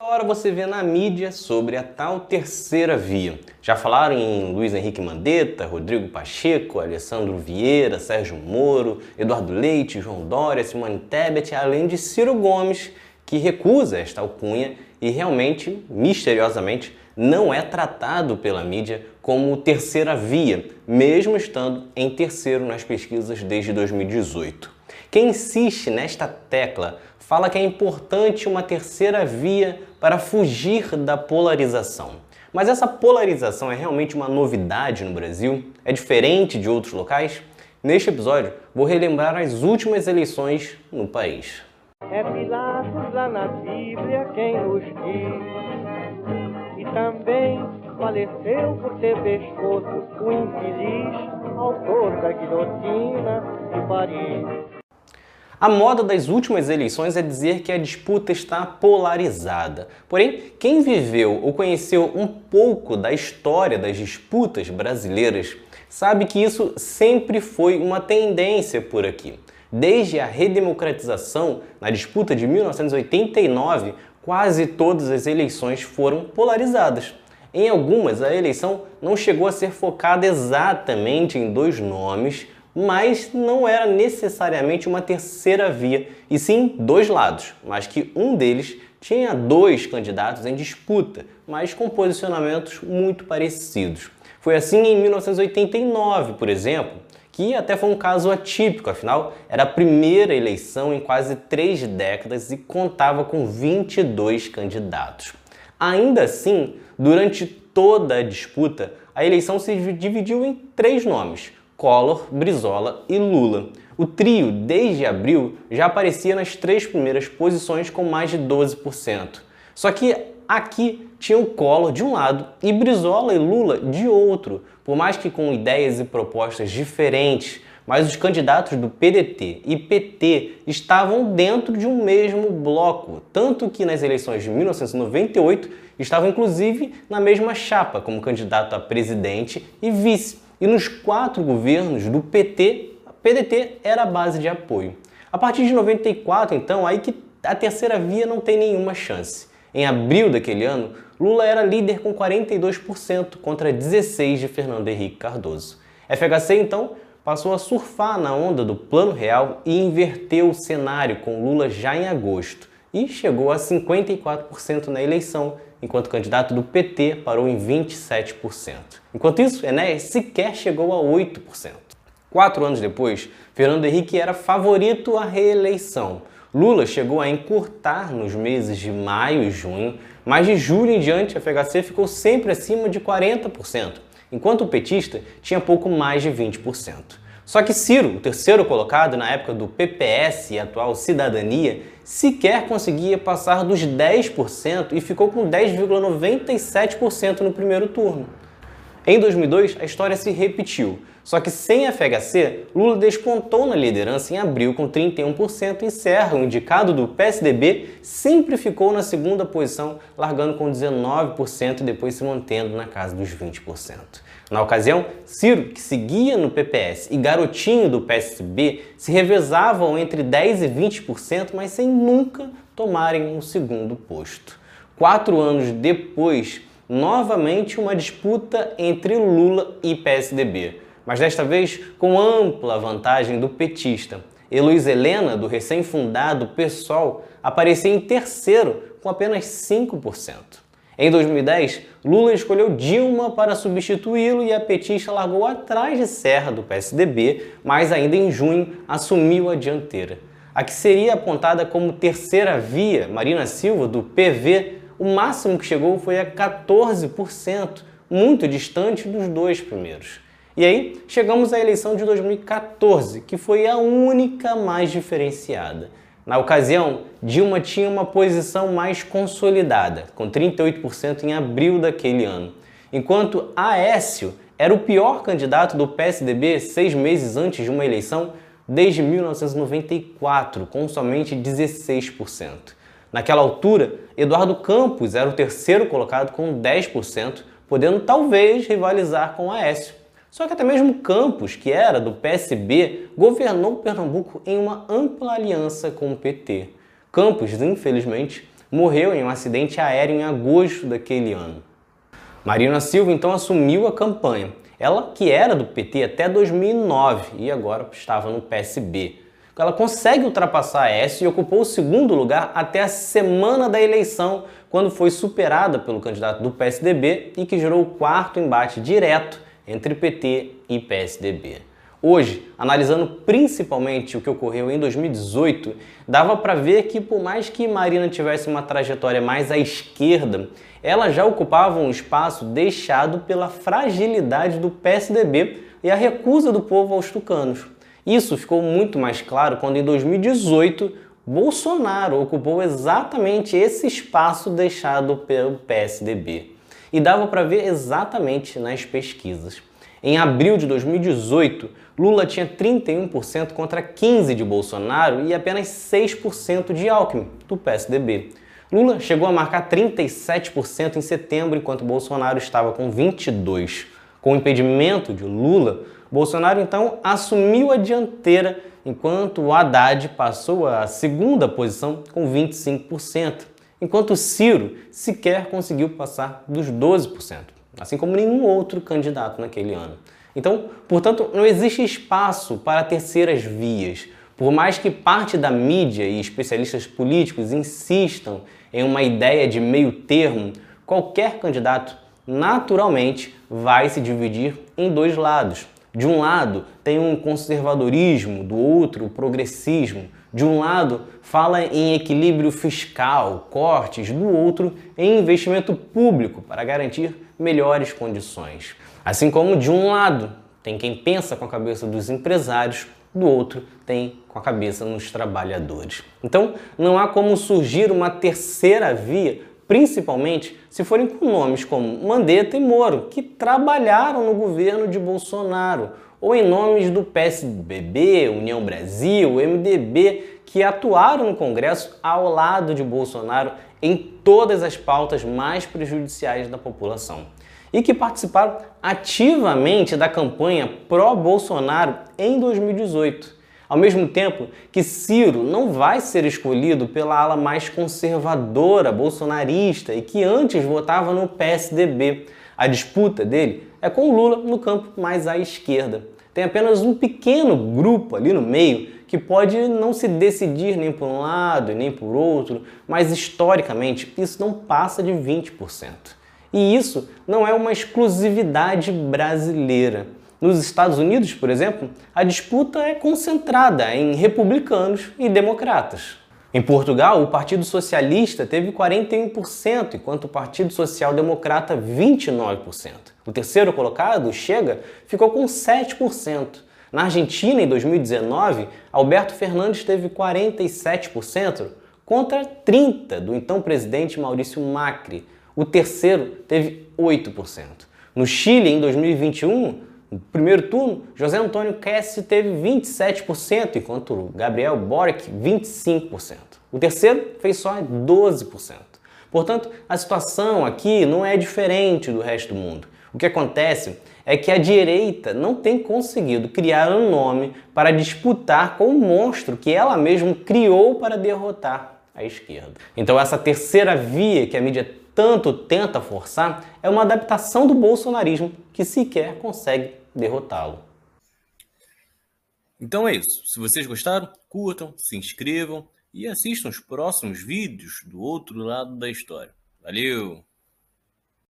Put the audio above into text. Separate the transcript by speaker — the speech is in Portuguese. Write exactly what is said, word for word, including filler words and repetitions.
Speaker 1: Agora você vê na mídia sobre a tal terceira via. Já falaram em Luiz Henrique Mandetta, Rodrigo Pacheco, Alessandro Vieira, Sérgio Moro, Eduardo Leite, João Dória, Simone Tebet, além de Ciro Gomes, que recusa esta alcunha e realmente, misteriosamente, não é tratado pela mídia como terceira via, mesmo estando em terceiro nas pesquisas desde dois mil e dezoito. Quem insiste nesta tecla fala que é importante uma terceira via para fugir da polarização. Mas essa polarização é realmente uma novidade no Brasil? É diferente de outros locais? Neste episódio, vou relembrar as últimas eleições no país.
Speaker 2: É Pilatos lá na Bíblia quem nos diz, e também faleceu por ter pescoço o infeliz autor da guilhotina de Paris.
Speaker 1: A moda das últimas eleições é dizer que a disputa está polarizada. Porém, quem viveu ou conheceu um pouco da história das disputas brasileiras sabe que isso sempre foi uma tendência por aqui. Desde a redemocratização, na disputa de mil novecentos e oitenta e nove, quase todas as eleições foram polarizadas. Em algumas, a eleição não chegou a ser focada exatamente em dois nomes, mas não era necessariamente uma terceira via, e sim dois lados, mas que um deles tinha dois candidatos em disputa, mas com posicionamentos muito parecidos. Foi assim em mil novecentos e oitenta e nove, por exemplo, que até foi um caso atípico, afinal era a primeira eleição em quase três décadas e contava com vinte e dois candidatos. Ainda assim, durante toda a disputa, a eleição se dividiu em três nomes: Collor, Brizola e Lula. O trio, desde abril, já aparecia nas três primeiras posições com mais de doze por cento. Só que aqui tinha o Collor de um lado e Brizola e Lula de outro, por mais que com ideias e propostas diferentes, mas os candidatos do P D T e P T estavam dentro de um mesmo bloco, tanto que nas eleições de mil novecentos e noventa e oito estavam inclusive na mesma chapa como candidato a presidente e vice. E nos quatro governos do P T, a P D T era a base de apoio. A partir de noventa e quatro, então, aí que a terceira via não tem nenhuma chance. Em abril daquele ano, Lula era líder com quarenta e dois por cento contra dezesseis por cento de Fernando Henrique Cardoso. F H C, então, passou a surfar na onda do Plano Real e inverteu o cenário com Lula já em agosto e chegou a cinquenta e quatro por cento na eleição, enquanto o candidato do P T parou em vinte e sete por cento. Enquanto isso, Enéas sequer chegou a oito por cento. Quatro anos depois, Fernando Henrique era favorito à reeleição. Lula chegou a encurtar nos meses de maio e junho, mas de julho em diante a F H C ficou sempre acima de quarenta por cento, enquanto o petista tinha pouco mais de vinte por cento. Só que Ciro, o terceiro colocado na época do P P S e atual Cidadania, sequer conseguia passar dos dez por cento e ficou com dez vírgula noventa e sete por cento no primeiro turno. Em dois mil e dois, a história se repetiu, só que sem F H C, Lula despontou na liderança em abril com trinta e um por cento e Serra, o indicado do P S D B, sempre ficou na segunda posição, largando com dezenove por cento e depois se mantendo na casa dos vinte por cento. Na ocasião, Ciro, que seguia no P P S, e Garotinho do P S B se revezavam entre dez por cento e vinte por cento, mas sem nunca tomarem o segundo posto. Quatro anos depois, novamente uma disputa entre Lula e P S D B, mas desta vez com ampla vantagem do petista. Heloísa Helena, do recém-fundado PSOL, aparecia em terceiro com apenas cinco por cento. Em dois mil e dez, Lula escolheu Dilma para substituí-lo e a petista largou atrás de Serra, do P S D B, mas ainda em junho assumiu a dianteira. A que seria apontada como terceira via, Marina Silva, do P V, o máximo que chegou foi a quatorze por cento, muito distante dos dois primeiros. E aí, chegamos à eleição de dois mil e quatorze, que foi a única mais diferenciada. Na ocasião, Dilma tinha uma posição mais consolidada, com trinta e oito por cento em abril daquele ano, enquanto Aécio era o pior candidato do P S D B seis meses antes de uma eleição desde mil novecentos e noventa e quatro, com somente dezesseis por cento. Naquela altura, Eduardo Campos era o terceiro colocado com dez por cento, podendo talvez rivalizar com Aécio. Só que até mesmo Campos, que era do P S B, governou Pernambuco em uma ampla aliança com o P T. Campos, infelizmente, morreu em um acidente aéreo em agosto daquele ano. Marina Silva então assumiu a campanha. Ela que era do P T até dois mil e nove e agora estava no P S B. Ela consegue ultrapassar Aécio e ocupou o segundo lugar até a semana da eleição, quando foi superada pelo candidato do P S D B e que gerou o quarto embate direto entre P T e P S D B. Hoje, analisando principalmente o que ocorreu em dois mil e dezoito, dava para ver que por mais que Marina tivesse uma trajetória mais à esquerda, ela já ocupava um espaço deixado pela fragilidade do P S D B e a recusa do povo aos tucanos. Isso ficou muito mais claro quando em dois mil e dezoito Bolsonaro ocupou exatamente esse espaço deixado pelo P S D B. E dava para ver exatamente nas pesquisas. Em abril de dois mil e dezoito, Lula tinha trinta e um por cento contra quinze por cento de Bolsonaro e apenas seis por cento de Alckmin, do P S D B. Lula chegou a marcar trinta e sete por cento em setembro, enquanto Bolsonaro estava com vinte e dois por cento. Com o impedimento de Lula, Bolsonaro então assumiu a dianteira, enquanto o Haddad passou à segunda posição com vinte e cinco por cento, enquanto Ciro sequer conseguiu passar dos doze por cento, assim como nenhum outro candidato naquele ano. Então, portanto, não existe espaço para terceiras vias. Por mais que parte da mídia e especialistas políticos insistam em uma ideia de meio termo, qualquer candidato naturalmente vai se dividir em dois lados. De um lado tem um conservadorismo, do outro o progressismo. De um lado fala em equilíbrio fiscal, cortes, do outro em investimento público para garantir melhores condições. Assim como de um lado tem quem pensa com a cabeça dos empresários, do outro tem com a cabeça nos trabalhadores. Então não há como surgir uma terceira via, principalmente se forem com nomes como Mandetta e Moro, que trabalharam no governo de Bolsonaro, ou em nomes do P S B B, União Brasil, M D B, que atuaram no Congresso ao lado de Bolsonaro em todas as pautas mais prejudiciais da população, e que participaram ativamente da campanha pró-Bolsonaro em dois mil e dezoito. Ao mesmo tempo que Ciro não vai ser escolhido pela ala mais conservadora bolsonarista e que antes votava no P S D B. A disputa dele é com Lula no campo mais à esquerda. Tem apenas um pequeno grupo ali no meio que pode não se decidir nem por um lado e nem por outro, mas historicamente isso não passa de vinte por cento. E isso não é uma exclusividade brasileira. Nos Estados Unidos, por exemplo, a disputa é concentrada em republicanos e democratas. Em Portugal, o Partido Socialista teve quarenta e um por cento, enquanto o Partido Social Democrata vinte e nove por cento. O terceiro colocado, o Chega, ficou com sete por cento. Na Argentina, em dois mil e dezenove, Alberto Fernandes teve quarenta e sete por cento contra trinta por cento do então presidente Maurício Macri. O terceiro teve oito por cento. No Chile, em dois mil e vinte e um, no primeiro turno, José Antônio Kessel teve vinte e sete por cento, enquanto Gabriel Boric, vinte e cinco por cento. O terceiro fez só doze por cento. Portanto, a situação aqui não é diferente do resto do mundo. O que acontece é que a direita não tem conseguido criar um nome para disputar com o monstro que ela mesma criou para derrotar a esquerda. Então essa terceira via que a mídia tanto tenta forçar é uma adaptação do bolsonarismo que sequer consegue derrotá-lo.
Speaker 3: Então é isso. Se vocês gostaram, curtam, se inscrevam e assistam os próximos vídeos do outro lado da história. Valeu!